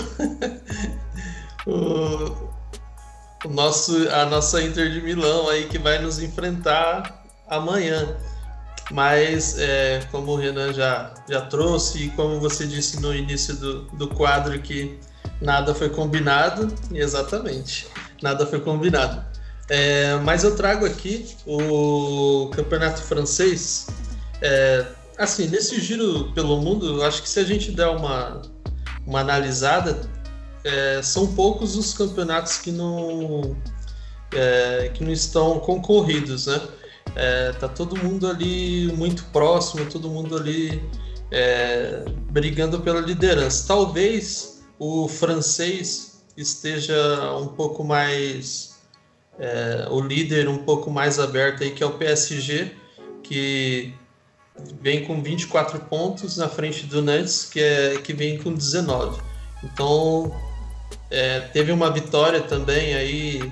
A nossa Inter de Milão aí, que vai nos enfrentar amanhã. Mas como o Renan já trouxe, e como você disse no início do quadro, que nada foi combinado, exatamente, nada foi combinado. Mas eu trago aqui o campeonato francês. Assim, nesse Giro pelo Mundo, eu acho que se a gente der uma analisada, são poucos os campeonatos que não estão concorridos, né? Tá todo mundo ali muito próximo, todo mundo ali brigando pela liderança. Talvez o francês esteja um pouco mais o líder um pouco mais aberto aí, que é o PSG, que vem com 24 pontos na frente do Nantes, que vem com 19. Então teve uma vitória também aí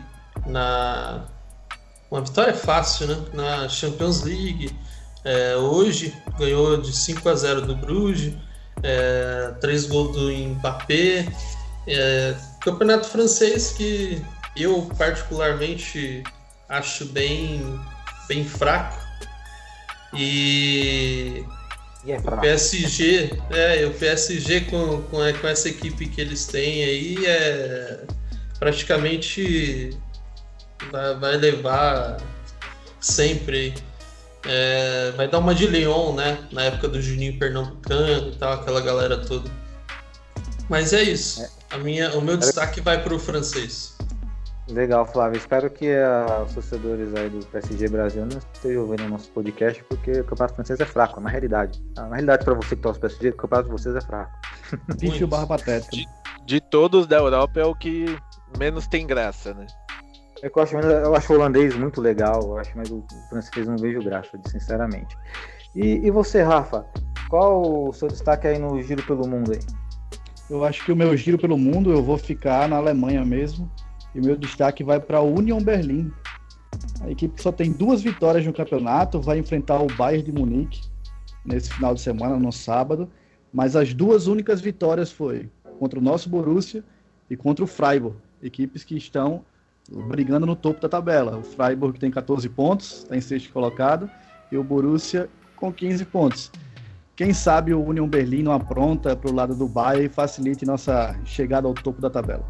uma vitória fácil, né? Na Champions League. Hoje ganhou de 5-0 do Bruges, 3 gols do Mbappé. Campeonato francês que eu particularmente acho bem fraco. E o PSG com essa equipe que eles têm aí praticamente vai levar sempre, vai dar uma de Lyon, né? Na época do Juninho Pernambucano e tal, aquela galera toda. Mas é isso. O meu destaque vai para o francês. Legal, Flávio. Espero que os torcedores aí do PSG Brasil não estejam ouvindo o nosso podcast, porque o campeonato francês é fraco, na realidade. Na realidade, para você que torce o PSG, o campeonato de vocês é fraco. Bicho barra patético. De todos da Europa é o que menos tem graça, né? Eu acho o holandês muito legal, mas o francês não vejo graça, sinceramente. E você, Rafa, qual o seu destaque aí no Giro pelo Mundo aí? eu acho que o meu giro pelo mundo, eu vou ficar na Alemanha mesmo. E o meu destaque vai para a Union Berlin. A equipe que só tem 2 vitórias no campeonato, vai enfrentar o Bayern de Munique nesse final de semana, no sábado. Mas as 2 únicas vitórias foi contra o nosso Borussia e contra o Freiburg. Equipes que estão brigando no topo da tabela. O Freiburg tem 14 pontos, está em 6º colocado, e o Borussia com 15 pontos. Quem sabe o Union Berlin não apronta para o lado do Bayern e facilite nossa chegada ao topo da tabela.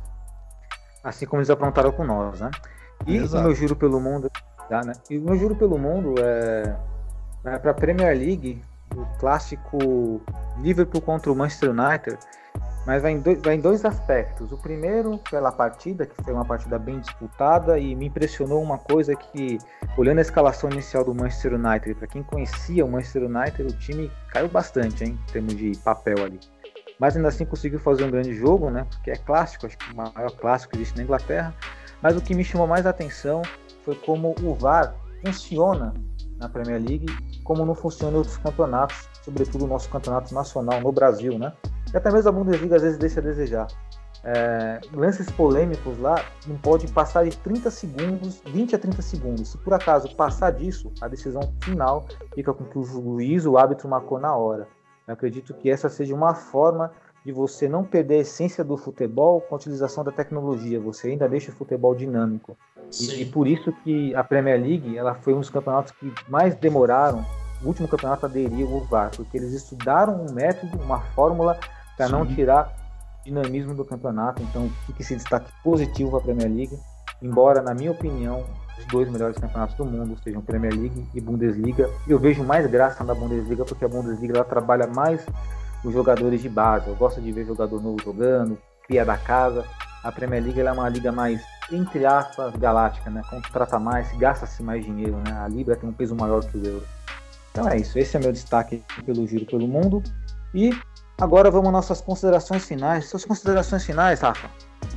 Assim como eles aprontaram com nós, né? E Exato. o meu giro pelo mundo, né? E o meu giro pelo mundo é para a Premier League, o clássico Liverpool contra o Manchester United, mas vai em 2 aspectos. O primeiro, pela partida, que foi uma partida bem disputada, e me impressionou uma coisa que, olhando a escalação inicial do Manchester United, para quem conhecia o Manchester United, o time caiu bastante, hein, em termos de papel ali. Mas ainda assim conseguiu fazer um grande jogo, né, porque é clássico, acho que o maior clássico que existe na Inglaterra. Mas o que me chamou mais a atenção foi como o VAR funciona na Premier League, como não funciona em outros campeonatos, sobretudo o nosso campeonato nacional no Brasil, né? E até mesmo a Bundesliga às vezes deixa a desejar. Lances polêmicos lá não pode passar de 30 segundos, 20 a 30 segundos. Se por acaso passar disso, a decisão final fica com que o juiz, o árbitro marcou na hora. Eu acredito que essa seja uma forma de você não perder a essência do futebol com a utilização da tecnologia. Você ainda deixa o futebol dinâmico. E por isso que a Premier League ela foi um dos campeonatos que mais demoraram, o último campeonato aderiu ao VAR, porque eles estudaram um método, uma fórmula para não tirar dinamismo do campeonato. Então fica esse destaque positivo para a Premier League, embora, na minha opinião, os 2 melhores campeonatos do mundo sejam Premier League e Bundesliga. Eu vejo mais graça na Bundesliga, porque a Bundesliga ela trabalha mais os jogadores de base. Eu gosto de ver jogador novo jogando, cria da casa. A Premier League ela é uma liga mais, entre aspas, galáctica, né? Contrata mais, gasta-se mais dinheiro, né? A Libra tem um peso maior que o euro. Então é isso, esse é meu destaque pelo giro pelo mundo. E agora vamos às nossas considerações finais. Suas considerações finais, Rafa?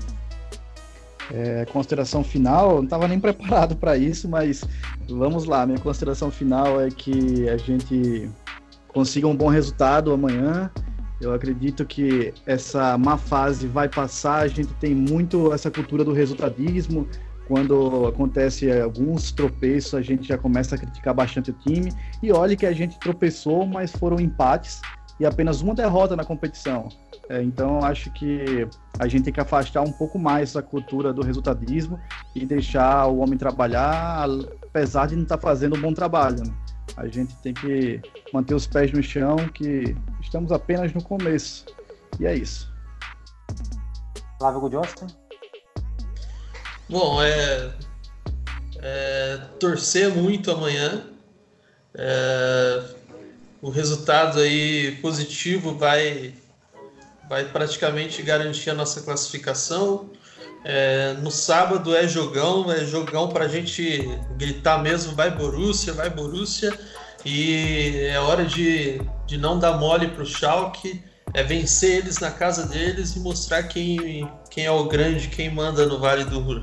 Consideração final, eu não estava nem preparado para isso, mas vamos lá. Minha consideração final é que a gente consiga um bom resultado amanhã. Eu acredito que essa má fase vai passar. A gente tem muito essa cultura do resultadismo. Quando acontece alguns tropeços, a gente já começa a criticar bastante o time. E olha que a gente tropeçou, mas foram empates e apenas uma derrota na competição. Então, acho que a gente tem que afastar um pouco mais essa cultura do resultadismo e deixar o homem trabalhar, apesar de não estar fazendo um bom trabalho, né? A gente tem que manter os pés no chão, que estamos apenas no começo. E é isso. Flávio Johnson? Bom, torcer muito amanhã. O resultado aí positivo vai praticamente garantir a nossa classificação. No sábado é jogão pra gente gritar mesmo, vai Borussia, e é hora de não dar mole pro Schalke, vencer eles na casa deles e mostrar quem é o grande, quem manda no Vale do Ruhr.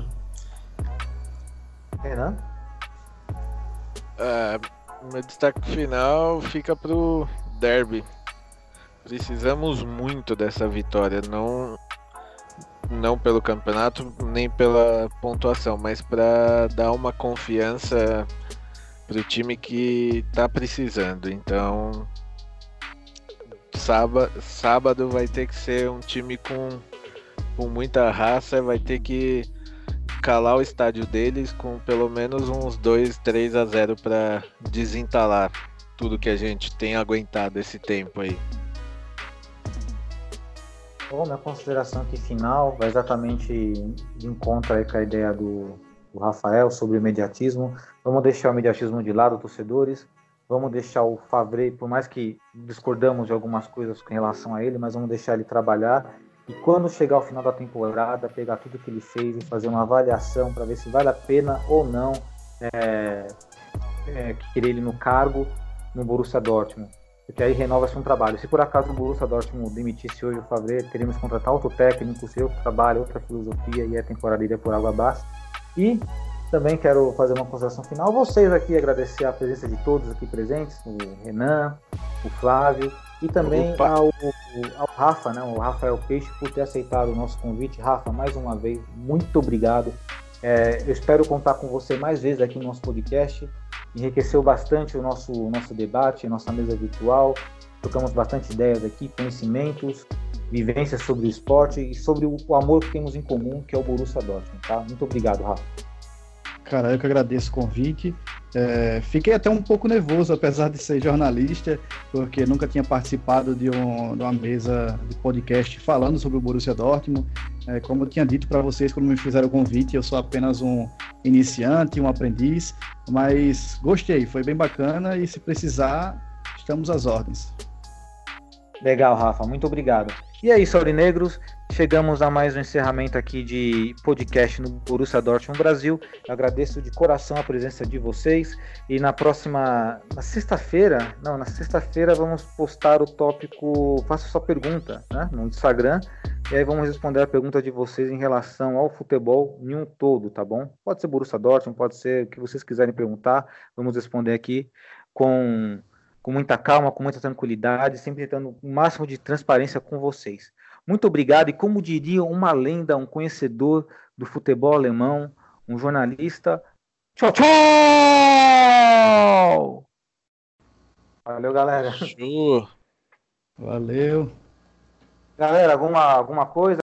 Renan? Meu destaque final fica pro derby. Precisamos muito dessa vitória, não pelo campeonato, nem pela pontuação, mas para dar uma confiança pro time que tá precisando. Então, sábado vai ter que ser um time com muita raça, vai ter que calar o estádio deles com pelo menos uns 2-3-0 para desentalar tudo que a gente tem aguentado esse tempo aí. Bom, minha consideração aqui final vai exatamente de encontro aí com a ideia do Rafael sobre o mediatismo. Vamos deixar o mediatismo de lado, torcedores. Vamos deixar o Favre, por mais que discordamos de algumas coisas com relação a ele, mas vamos deixar ele trabalhar. E quando chegar ao final da temporada, pegar tudo que ele fez e fazer uma avaliação para ver se vale a pena ou não querer ele no cargo no Borussia Dortmund. Porque aí renova-se um trabalho. Se por acaso o Borussia Dortmund demitisse hoje o Favre, teríamos que contratar outro técnico, ser outro trabalho, outra filosofia, e a temporada iria por água abaixo. E também quero fazer uma consideração final. Vocês aqui, agradecer a presença de todos aqui presentes, o Renan, o Flávio, E também Opa. ao Rafa, né, o Rafael Peixe, por ter aceitado o nosso convite. Rafa, mais uma vez, muito obrigado. Eu espero contar com você mais vezes aqui no nosso podcast. Enriqueceu bastante o nosso debate, nossa mesa virtual. Trocamos bastante ideias aqui, conhecimentos, vivências sobre o esporte e sobre o amor que temos em comum, que é o Borussia Dortmund. Tá? Muito obrigado, Rafa. Cara, eu que agradeço o convite. Fiquei até um pouco nervoso, apesar de ser jornalista, porque nunca tinha participado de uma mesa de podcast falando sobre o Borussia Dortmund. Como eu tinha dito para vocês quando me fizeram o convite, eu sou apenas um iniciante, um aprendiz, mas gostei, foi bem bacana e se precisar, estamos às ordens. Legal, Rafa, muito obrigado. E é isso, Aurinegros, chegamos a mais um encerramento aqui de podcast no Borussia Dortmund Brasil. Eu agradeço de coração a presença de vocês e na sexta-feira vamos postar o tópico Faça Sua Pergunta, né, no Instagram, e aí vamos responder a pergunta de vocês em relação ao futebol em um todo, tá bom? Pode ser Borussia Dortmund, pode ser o que vocês quiserem perguntar, vamos responder aqui com muita calma, com muita tranquilidade, sempre tentando o máximo de transparência com vocês. Muito obrigado, e como diria uma lenda, um conhecedor do futebol alemão, um jornalista, tchau, tchau! Valeu, galera. Show. Valeu. Galera, alguma coisa?